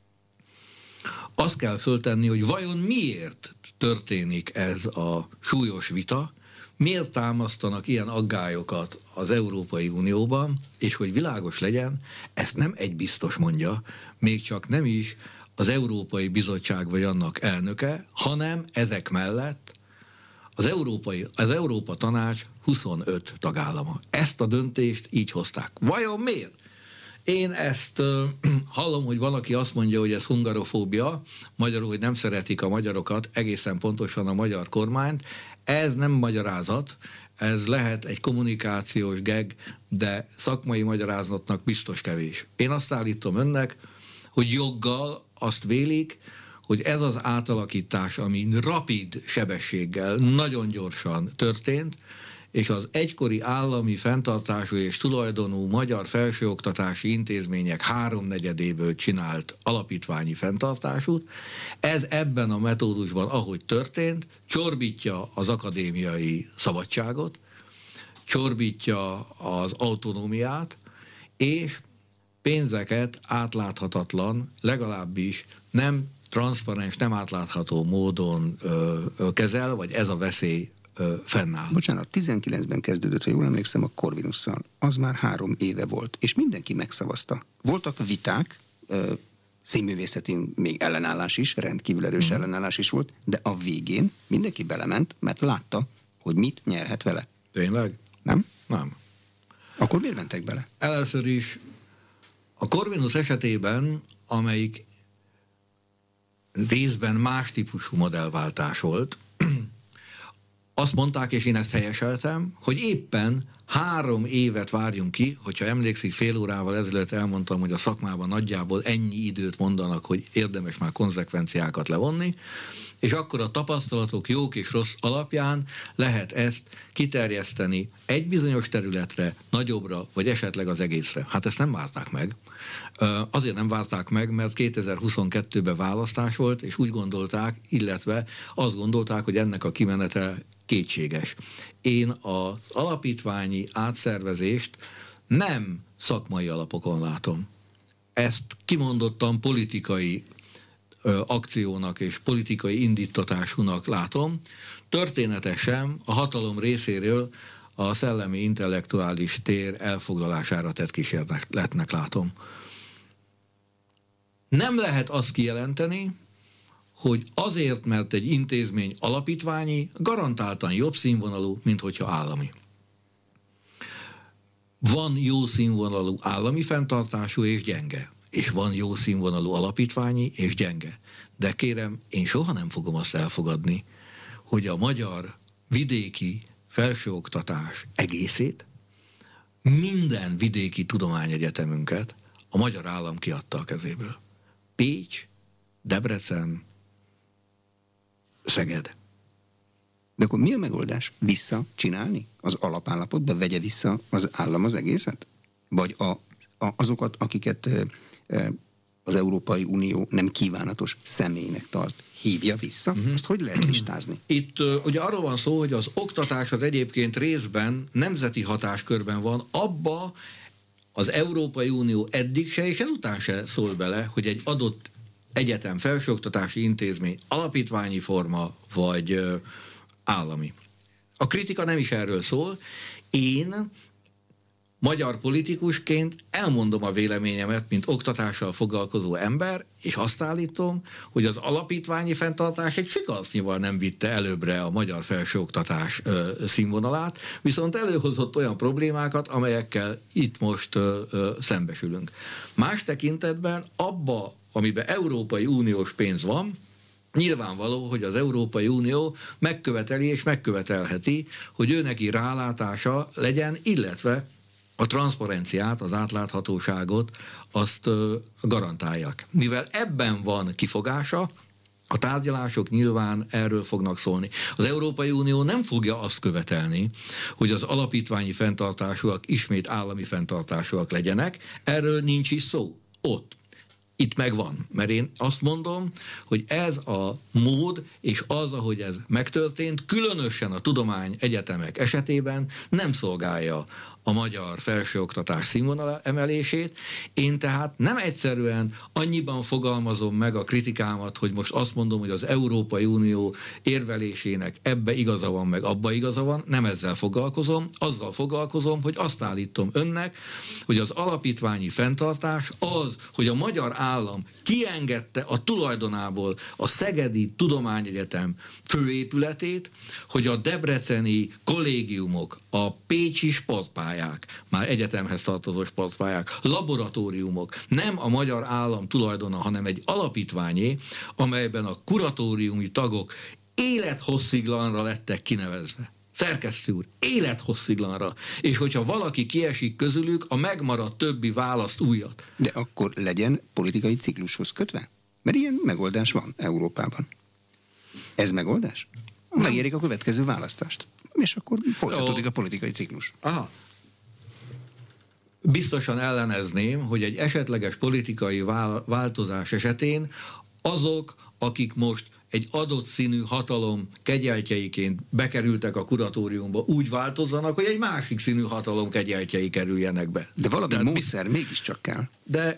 Azt kell föltenni, hogy vajon miért történik ez a súlyos vita, miért támasztanak ilyen aggályokat az Európai Unióban, és hogy világos legyen, ezt nem egy biztos mondja, még csak nem is az Európai Bizottság vagy annak elnöke, hanem ezek mellett az, Európai, az Európa Tanács huszonöt tagállama. Ezt a döntést így hozták. Vajon miért? Én ezt uh, hallom, hogy valaki azt mondja, hogy ez hungarofóbia, magyarul, hogy nem szeretik a magyarokat, egészen pontosan a magyar kormányt. Ez nem magyarázat, ez lehet egy kommunikációs geg, de szakmai magyarázatnak biztos kevés. Én azt állítom önnek, hogy joggal azt vélik, hogy ez az átalakítás, ami rapid sebességgel, nagyon gyorsan történt, és az egykori állami fenntartású és tulajdonú magyar felsőoktatási intézmények háromnegyedéből csinált alapítványi fenntartásút, ez ebben a metódusban, ahogy történt, csorbítja az akadémiai szabadságot, csorbítja az autonómiát, és pénzeket átláthatatlan, legalábbis nem transzparens, nem átlátható módon ö, ö, kezel, vagy ez a veszély ö, fennáll. Bocsánat, tizenkilencben kezdődött, ha jól emlékszem, a Corvinusszal. Az már három éve volt, és mindenki megszavazta. Voltak viták, ö, színművészetén még ellenállás is, rendkívül erős mm. ellenállás is volt, de a végén mindenki belement, mert látta, hogy mit nyerhet vele. Tényleg? Nem? Nem. Akkor miért mentek bele? Először is a Corvinus esetében, amelyik részben más típusú modellváltás volt, azt mondták, és én ezt helyeseltem, hogy éppen három évet várjunk ki, hogyha emlékszik, fél órával ezelőtt elmondtam, hogy a szakmában nagyjából ennyi időt mondanak, hogy érdemes már konzekvenciákat levonni, és akkor a tapasztalatok jók és rossz alapján lehet ezt kiterjeszteni egy bizonyos területre, nagyobbra, vagy esetleg az egészre. Hát ezt nem várták meg. Azért nem várták meg, mert kétezer-huszonkettőben választás volt, és úgy gondolták, illetve azt gondolták, hogy ennek a kimenete kétséges. Én az alapítványi átszervezést nem szakmai alapokon látom. Ezt kimondottan politikai ö, akciónak és politikai indítatásúnak látom. Történetesen a hatalom részéről a szellemi intellektuális tér elfoglalására tett kísérletnek látom. Nem lehet azt kijelenteni, hogy azért, mert egy intézmény alapítványi, garantáltan jobb színvonalú, mint hogyha állami. Van jó színvonalú állami fenntartású és gyenge, és van jó színvonalú alapítványi és gyenge. De kérem, én soha nem fogom azt elfogadni, hogy a magyar vidéki felsőoktatás egészét, minden vidéki tudományegyetemünket a magyar állam kiadta a kezéből. Pécs, Debrecen, Szeged. De akkor mi a megoldás? Visszacsinálni? Az alapállapotba vegye vissza az állam az egészet? Vagy a, a, azokat, akiket e, e, az Európai Unió nem kívánatos személynek tart, hívja vissza? Uh-huh. Azt hogy lehet listázni? Itt uh, ugye arról van szó, hogy az oktatás az egyébként részben nemzeti hatáskörben van, abba az Európai Unió eddig se, és ezután se szól bele, hogy egy adott egyetem, felsőoktatási intézmény, alapítványi forma, vagy ö, állami. A kritika nem is erről szól. Én magyar politikusként elmondom a véleményemet, mint oktatással foglalkozó ember, és azt állítom, hogy az alapítványi fenntartás egy fikasznyival nem vitte előbbre a magyar felsőoktatás ö, színvonalát, viszont előhozott olyan problémákat, amelyekkel itt most ö, ö, szembesülünk. Más tekintetben abba, amiben Európai Uniós pénz van, nyilvánvaló, hogy az Európai Unió megköveteli és megkövetelheti, hogy ő neki rálátása legyen, illetve a transzparenciát, az átláthatóságot azt garantálják. Mivel ebben van kifogása, A tárgyalások nyilván erről fognak szólni. Az Európai Unió nem fogja azt követelni, hogy az alapítványi fenntartásúak ismét állami fenntartásúak legyenek. Erről nincs is szó. Ott. Itt megvan. Mert én azt mondom, hogy ez a mód és az, ahogy ez megtörtént, különösen a tudomány egyetemek esetében nem szolgálja a magyar felsőoktatás színvonal emelését. Én tehát nem egyszerűen annyiban fogalmazom meg a kritikámat, hogy most azt mondom, hogy az Európai Unió érvelésének ebbe igaza van, meg abba igaza van, nem ezzel foglalkozom, azzal foglalkozom, hogy azt állítom önnek, hogy az alapítványi fenntartás az, hogy a magyar állam kiengedte a tulajdonából a Szegedi Tudományegyetem főépületét, hogy a debreceni kollégiumok, a pécsi sportpályák, már egyetemhez tartozó sportpályák, laboratóriumok nem a magyar állam tulajdona, hanem egy alapítványé, amelyben a kuratóriumi tagok élethossziglanra lettek kinevezve. Szerkesztő úr, élethossziglanra. És hogyha valaki kiesik közülük, a megmaradt többi választ újat. De akkor legyen politikai ciklushoz kötve? Mert ilyen megoldás van Európában. Ez megoldás? Megérik a következő választást. És akkor folytatódik a politikai ciklus. Aha. Biztosan ellenezném, hogy egy esetleges politikai változás esetén azok, akik most egy adott színű hatalom kegyeltjeiként bekerültek a kuratóriumba, úgy változzanak, hogy egy másik színű hatalom kegyeltjei kerüljenek be. De valami Tehát módszer mégiscsak kell. De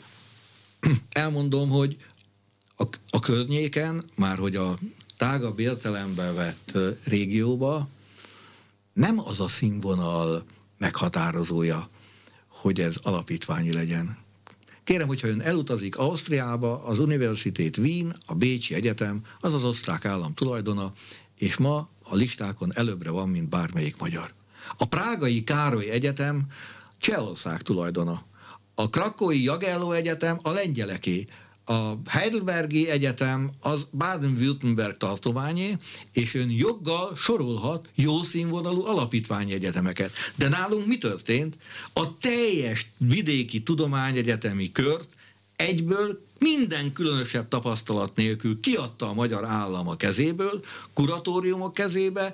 elmondom, hogy a, a környéken, már hogy a tágabb értelembe vett régióba nem az a színvonal meghatározója, hogy ez alapítványi legyen. Kérem, hogyha ön elutazik Ausztriába, az Universität Wien, a Bécsi Egyetem, az az osztrák állam tulajdona, és ma a listákon előbbre van, mint bármelyik magyar. A prágai Károly Egyetem Csehország tulajdona. A krakói Jagelló Egyetem a lengyeleké. A Heidelbergi Egyetem az Baden-Württemberg tartományé, és ön joggal sorolhat jó színvonalú alapítványi egyetemeket. De nálunk mi történt? A teljes vidéki tudományegyetemi kört egyből minden különösebb tapasztalat nélkül kiadta a magyar állam a kezéből, kuratóriumok kezébe,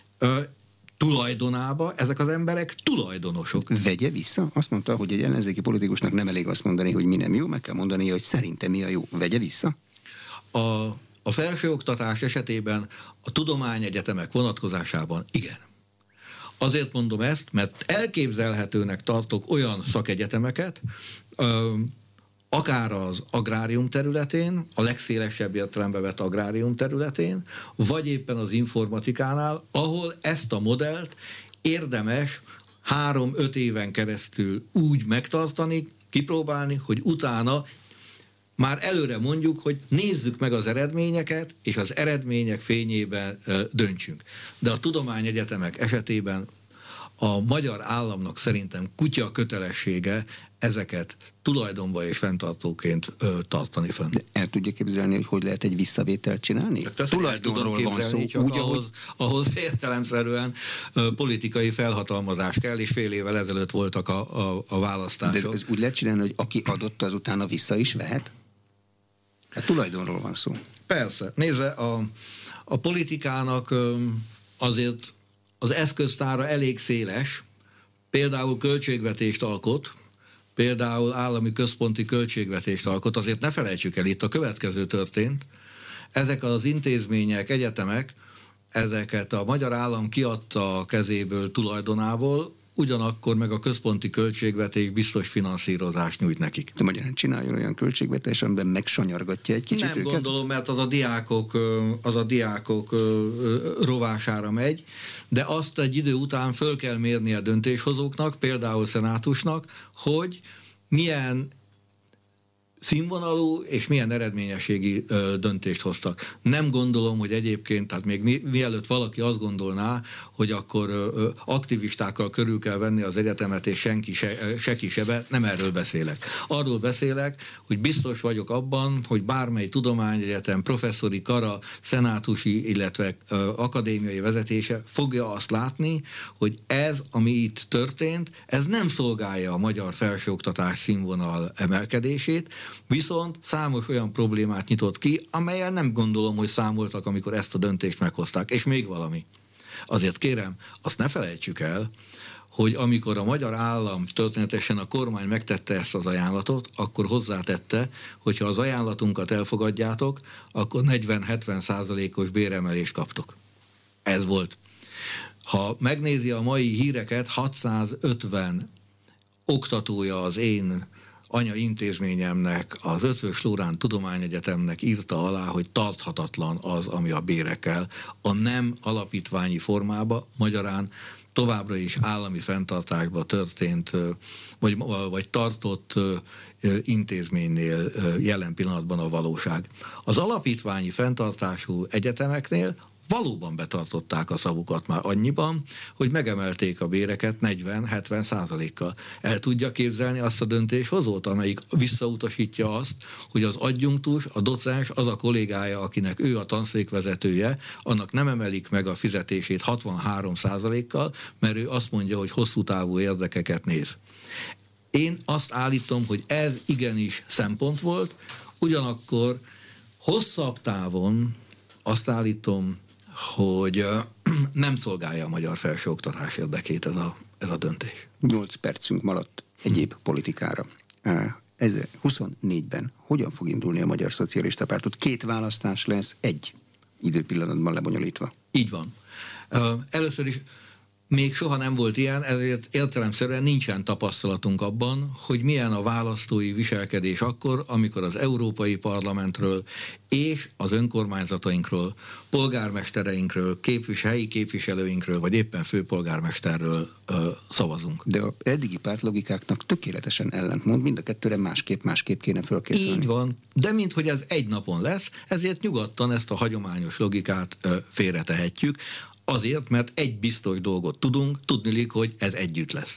tulajdonába, ezek az emberek tulajdonosok. Vegye vissza? Azt mondta, hogy egy ellenzéki politikusnak nem elég azt mondani, hogy mi nem jó, meg kell mondani, hogy szerintem mi a jó. Vegye vissza? A, a felsőoktatás esetében a tudományegyetemek vonatkozásában igen. Azért mondom ezt, mert elképzelhetőnek tartok olyan szakegyetemeket, ö, akár az agrárium területén, a legszélesebb értelembe vett agrárium területén, vagy éppen az informatikánál, ahol ezt a modellt érdemes három-öt éven keresztül úgy megtartani, kipróbálni, hogy utána már előre mondjuk, hogy nézzük meg az eredményeket, és az eredmények fényében döntsünk. De a tudományegyetemek esetében a magyar államnak szerintem kutya kötelessége ezeket tulajdonba és fenntartóként ö, tartani fenn. De el tudja képzelni, hogy hogy lehet egy visszavételt csinálni? Tulajdonról van szó, csak úgy, ahhoz, ahhoz értelemszerűen ö, politikai felhatalmazás kell, és fél évvel ezelőtt voltak a, a, a választások. De ez úgy lehet csinálni, hogy aki adott, az utána vissza is vehet? Hát tulajdonról van szó. Persze. Nézze, a, a politikának ö, azért az eszköztára elég széles, például költségvetést alkot, például állami központi költségvetést alkot, azért ne felejtsük el, itt a következő történt. Ezek az intézmények, egyetemek, ezeket a magyar állam kiadta a kezéből, tulajdonából, ugyanakkor meg a központi költségvetés biztos finanszírozást nyújt nekik. De magyarán csináljon olyan költségvetés, amiben megsanyargatja egy kicsit Nem őket? gondolom, mert az a diákok, az a diákok rovására megy, de azt egy idő után föl kell mérni a döntéshozóknak, például szenátusnak, hogy milyen színvonalú és milyen eredményességi ö, döntést hoztak. Nem gondolom, hogy egyébként, tehát még mi, mielőtt valaki azt gondolná, hogy akkor ö, aktivistákkal körül kell venni az egyetemet, és senki se, se kisebe, nem erről beszélek. Arról beszélek, hogy biztos vagyok abban, hogy bármely tudományegyetem, professzori kara, szenátusi, illetve ö, akadémiai vezetése fogja azt látni, hogy ez, ami itt történt, ez nem szolgálja a magyar felsőoktatás színvonal emelkedését, Viszont számos olyan problémát nyitott ki, amellyel nem gondolom, hogy számoltak, amikor ezt a döntést meghozták. És még valami. Azért kérem, azt ne felejtsük el, hogy amikor a magyar állam, történetesen a kormány megtette ezt az ajánlatot, akkor hozzátette, hogy ha az ajánlatunkat elfogadjátok, akkor negyven-hetven százalékos béremelést kaptok. Ez volt. Ha megnézi a mai híreket, hatszázötven oktatója az én anya intézményemnek, az Eötvös Loránd Tudományegyetemnek írta alá, hogy tarthatatlan az, ami a bérekkel a nem alapítványi formába, magyarán továbbra is állami fenntartásba történt, vagy, vagy tartott intézménynél jelen pillanatban a valóság. Az alapítványi fenntartású egyetemeknél valóban betartották a szavukat már annyiban, hogy megemelték a béreket negyven-hetven százalékkal. El tudja képzelni azt a döntéshozót, amelyik visszautasítja azt, hogy az adjunktus, a docens, az a kollégája, akinek ő a tanszékvezetője, annak nem emelik meg a fizetését hatvanhárom százalékkal, mert ő azt mondja, hogy hosszú távú érdekeket néz. Én azt állítom, hogy ez igenis szempont volt, ugyanakkor hosszabb távon azt állítom, hogy nem szolgálja a magyar felsőoktatás érdekét ez a, ez a döntés. Nyolc percünk maradt egyéb politikára. Ez huszonnégyben hogyan fog indulni a Magyar Szocialista Pártot? Két választás lesz, egy időpillanatban lebonyolítva. Így van. Először is még soha nem volt ilyen, ezért értelemszerűen nincsen tapasztalatunk abban, hogy milyen a választói viselkedés akkor, amikor az Európai Parlamentről és az önkormányzatainkról, polgármestereinkről, képvis, helyi képviselőinkről, vagy éppen főpolgármesterről ö, szavazunk. De az eddigi pártlogikáknak tökéletesen ellentmond, mind a kettőre másképp-másképp kéne fölkészülni. Így van, de minthogy ez egy napon lesz, ezért nyugodtan ezt a hagyományos logikát ö, félretehetjük, azért, mert egy biztos dolgot tudunk, tudniillik, hogy ez együtt lesz.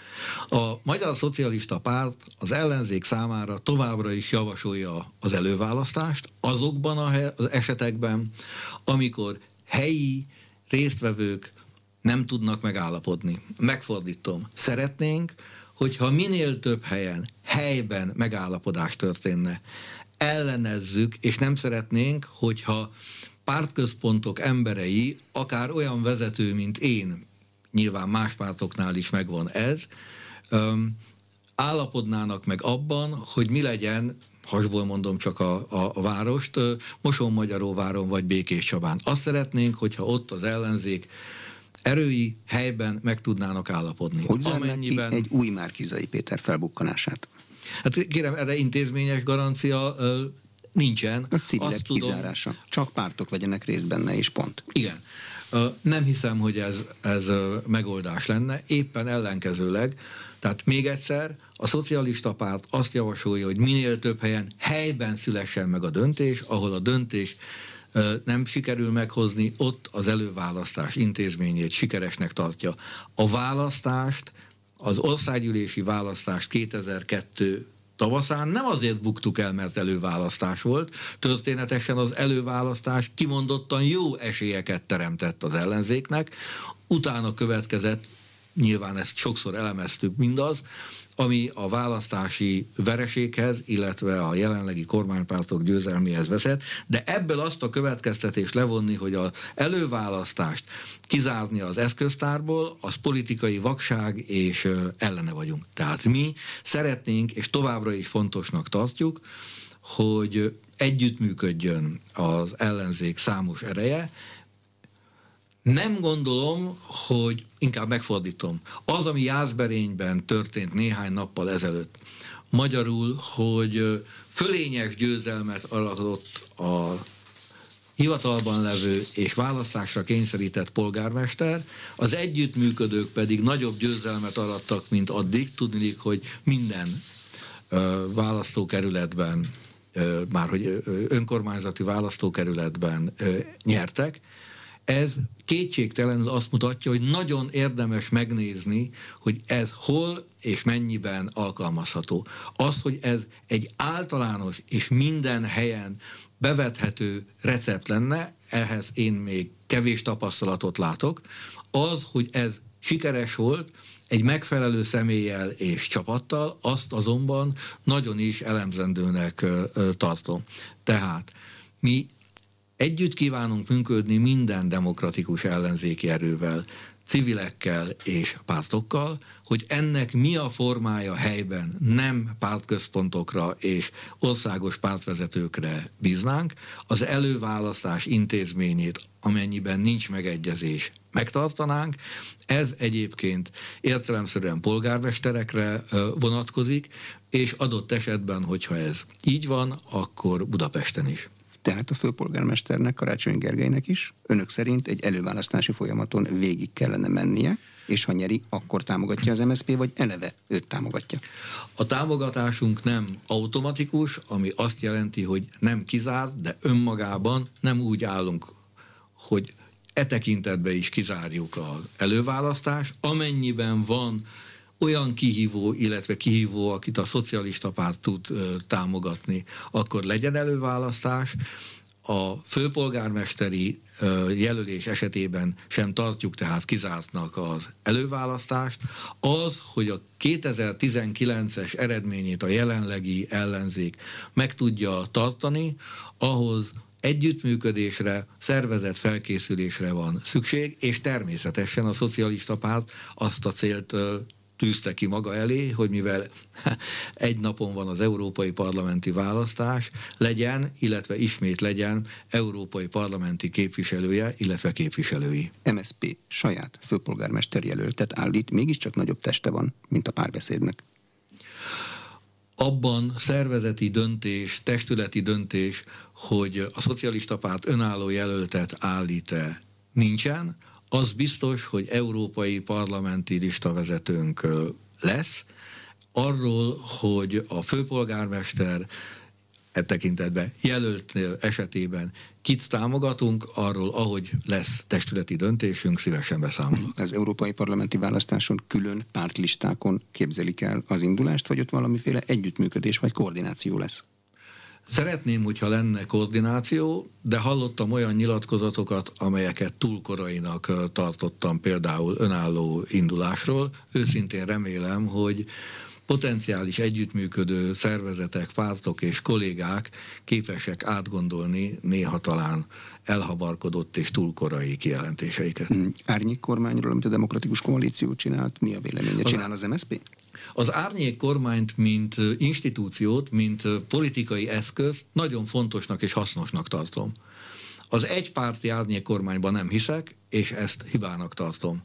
A Magyar Szocialista Párt az ellenzék számára továbbra is javasolja az előválasztást azokban az esetekben, amikor helyi résztvevők nem tudnak megállapodni. Megfordítom, szeretnénk, hogyha minél több helyen, helyben megállapodás történne. Ellenezzük, és nem szeretnénk, hogyha pártközpontok emberei, akár olyan vezető, mint én, nyilván más pártoknál is megvan ez, öm, állapodnának meg abban, hogy mi legyen, hasból mondom csak a, a, a várost, Mosonmagyaróváron vagy Békéscsabán. Azt szeretnénk, hogyha ott az ellenzék erői helyben meg tudnának állapodni. Hogy amennyiben... egy új Márki-Zay Péter felbukkanását? Hát kérem, erre intézményes garancia ö, nincsen. A civilek kizárása. Csak pártok vegyenek részt benne, és pont. Igen. Nem hiszem, hogy ez, ez megoldás lenne, éppen ellenkezőleg. Tehát még egyszer, a Szocialista Párt azt javasolja, hogy minél több helyen helyben szülessen meg a döntés, ahol a döntés nem sikerül meghozni, ott az előválasztás intézményét sikeresnek tartja. A választást, az országgyűlési választást kétezer-kettő tavaszán nem azért buktuk el, mert előválasztás volt, történetesen az előválasztás kimondottan jó esélyeket teremtett az ellenzéknek, utána következett, nyilván ezt sokszor elemeztük mindaz, ami a választási vereséghez, illetve a jelenlegi kormánypártok győzelméhez vezet, de ebből azt a következtetést levonni, hogy az előválasztást kizárni az eszköztárból, az politikai vakság, és ellene vagyunk. Tehát mi szeretnénk, és továbbra is fontosnak tartjuk, hogy együttműködjön az ellenzék számos ereje. Nem gondolom, hogy inkább megfordítom. Az, ami Jászberényben történt néhány nappal ezelőtt, magyarul, hogy fölényes győzelmet aratott a hivatalban levő és választásra kényszerített polgármester, az együttműködők pedig nagyobb győzelmet arattak, mint addig. Tudniillik, hogy minden ö, választókerületben, ö, már hogy önkormányzati választókerületben ö, nyertek. Ez kétségtelenül azt mutatja, hogy nagyon érdemes megnézni, hogy ez hol és mennyiben alkalmazható. Az, hogy ez egy általános és minden helyen bevethető recept lenne, ehhez én még kevés tapasztalatot látok, az, hogy ez sikeres volt, egy megfelelő személlyel és csapattal, azt azonban nagyon is elemzendőnek tartom. Tehát mi együtt kívánunk működni minden demokratikus ellenzéki erővel, civilekkel és pártokkal, hogy ennek mi a formája helyben, nem pártközpontokra és országos pártvezetőkre bíznánk, az előválasztás intézményét, amennyiben nincs megegyezés, megtartanánk. Ez egyébként értelemszerűen polgármesterekre vonatkozik, és adott esetben, hogyha ez így van, akkor Budapesten is. Tehát a főpolgármesternek, Karácsony Gergelynek is önök szerint egy előválasztási folyamaton végig kellene mennie, és ha nyeri, akkor támogatja az em es zé pé, vagy eleve őt támogatja? A támogatásunk nem automatikus, ami azt jelenti, hogy nem kizárt, de önmagában nem úgy állunk, hogy e tekintetben is kizárjuk az előválasztást, amennyiben van olyan kihívó, illetve kihívó, akit a szocialista párt tud ö, támogatni, akkor legyen előválasztás. A főpolgármesteri ö, jelölés esetében sem tartjuk tehát kizártnak az előválasztást. Az, hogy a kétezer-tizenkilences eredményét a jelenlegi ellenzék meg tudja tartani, ahhoz együttműködésre, szervezett felkészülésre van szükség, és természetesen a szocialista párt azt a célt ö, tűzte ki maga elé, hogy mivel egy napon van az európai parlamenti választás, legyen, illetve ismét legyen európai parlamenti képviselője, illetve képviselői. em es zé pé saját főpolgármester jelöltet állít, mégiscsak nagyobb teste van, mint a Párbeszédnek. Abban szervezeti döntés, testületi döntés, hogy a szocialista párt önálló jelöltet állít-e, nincsen. Az biztos, hogy európai parlamenti listavezetőnk lesz. Arról, hogy a főpolgármester e tekintetben jelölt esetében kit támogatunk, arról, ahogy lesz testületi döntésünk, szívesen beszámolok. Az európai parlamenti választáson külön pártlistákon képzelik el az indulást, vagy ott valamiféle együttműködés vagy koordináció lesz? Szeretném, hogyha lenne koordináció, de hallottam olyan nyilatkozatokat, amelyeket túl korainak tartottam, például önálló indulásról. Őszintén remélem, hogy potenciális együttműködő szervezetek, pártok és kollégák képesek átgondolni néha talán elhabarkodott és túl korai kijelentéseiket. Hmm. Árnyék kormányról, amit a Demokratikus Koalíció csinált, mi a véleménye? Csinál az em es zé pé? Az árnyék kormányt, mint institúciót, mint politikai eszközt nagyon fontosnak és hasznosnak tartom. Az egypárti árnyék kormányban nem hiszek, és ezt hibának tartom.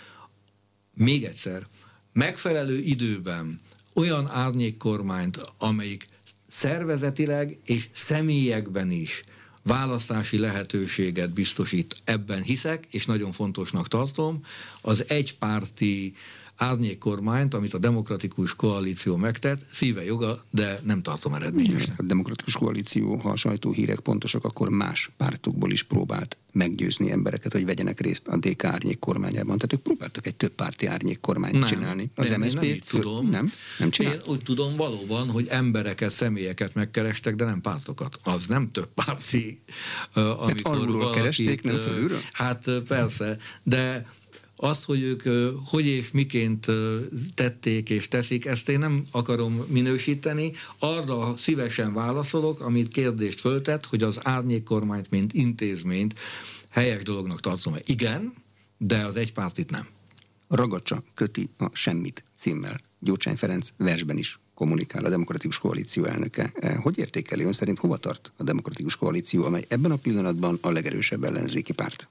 Még egyszer, megfelelő időben olyan árnyék kormányt, amelyik szervezetileg és személyekben is választási lehetőséget biztosít, ebben hiszek, és nagyon fontosnak tartom. Az egypárti árnyékkormányt, amit a Demokratikus Koalíció megtett, szíve joga, de nem tartom eredményesnek. A Demokratikus Koalíció, ha a sajtóhírek pontosak, akkor más pártokból is próbált meggyőzni embereket, hogy vegyenek részt a dé ká árnyékkormányában. Tehát ők próbáltak egy több párti árnyékkormányt nem, csinálni. Az nem, em es zé pé nem, föl, tudom. nem, nem csinált? Én úgy tudom valóban, hogy embereket, személyeket megkerestek, de nem pártokat. Az nem több párti, uh, amikor alulról valakit, keresték, nem fölülről? Hát persze, de azt, hogy ők hogy és miként tették és teszik, ezt én nem akarom minősíteni. Arra szívesen válaszolok, amit kérdést föltett, hogy az árnyékkormányt, mint intézményt helyes dolognak tartom-e. Igen, de az egypártit nem. Ragacsa köti a Semmit címmel. Gyurcsány Ferenc versben is kommunikál, a Demokratikus Koalíció elnöke. Hogy értékeli ön szerint, hova tart a Demokratikus Koalíció, amely ebben a pillanatban a legerősebb ellenzéki párt?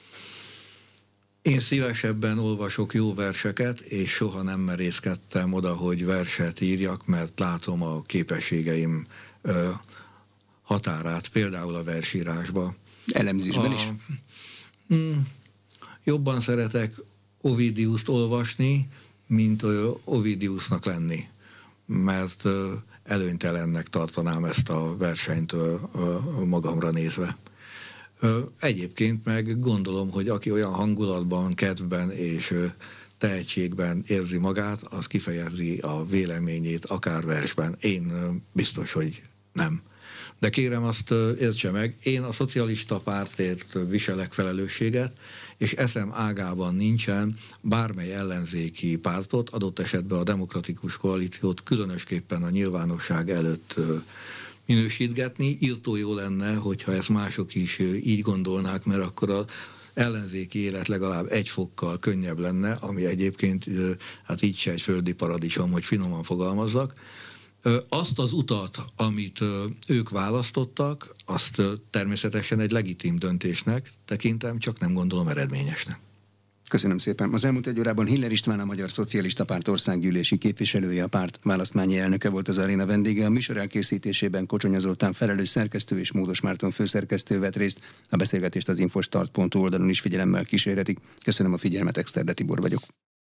Én szívesebben olvasok jó verseket, és soha nem merészkedtem oda, hogy verset írjak, mert látom a képességeim ö, határát, például a versírásba. Elemzésben a, is? Mm, jobban szeretek Ovidiuszt olvasni, mint ö, Ovidiusnak lenni, mert ö, előnytelennek tartanám ezt a versenyt ö, ö, magamra nézve. Egyébként meg gondolom, hogy aki olyan hangulatban, kedvben és tehetségben érzi magát, az kifejezi a véleményét akár versben. Én biztos, hogy nem. De kérem azt értse meg, én a szocialista pártért viselek felelősséget, és eszem ágában nincsen bármely ellenzéki pártot, adott esetben a Demokratikus Koalíciót különösképpen a nyilvánosság előtt minősítgetni. Írtó jó lenne, hogyha ezt mások is így gondolnák, mert akkor az ellenzéki élet legalább egy fokkal könnyebb lenne, ami egyébként hát így se egy földi paradicsom, hogy finoman fogalmazzak. Azt az utat, amit ők választottak, azt természetesen egy legitim döntésnek tekintem, csak nem gondolom eredményesnek. Köszönöm szépen. Az elmúlt egy órában Hiller István, a Magyar Szocialista Párt országgyűlési képviselője, a párt választmányi elnöke volt az aréna vendége. A műsor elkészítésében Kocsonya Zoltán felelős szerkesztő és Módos Márton főszerkesztő vett részt. A beszélgetést az infostart pont hu oldalon is figyelemmel kísérhetik. Köszönöm a figyelmet, Exterde Tibor vagyok.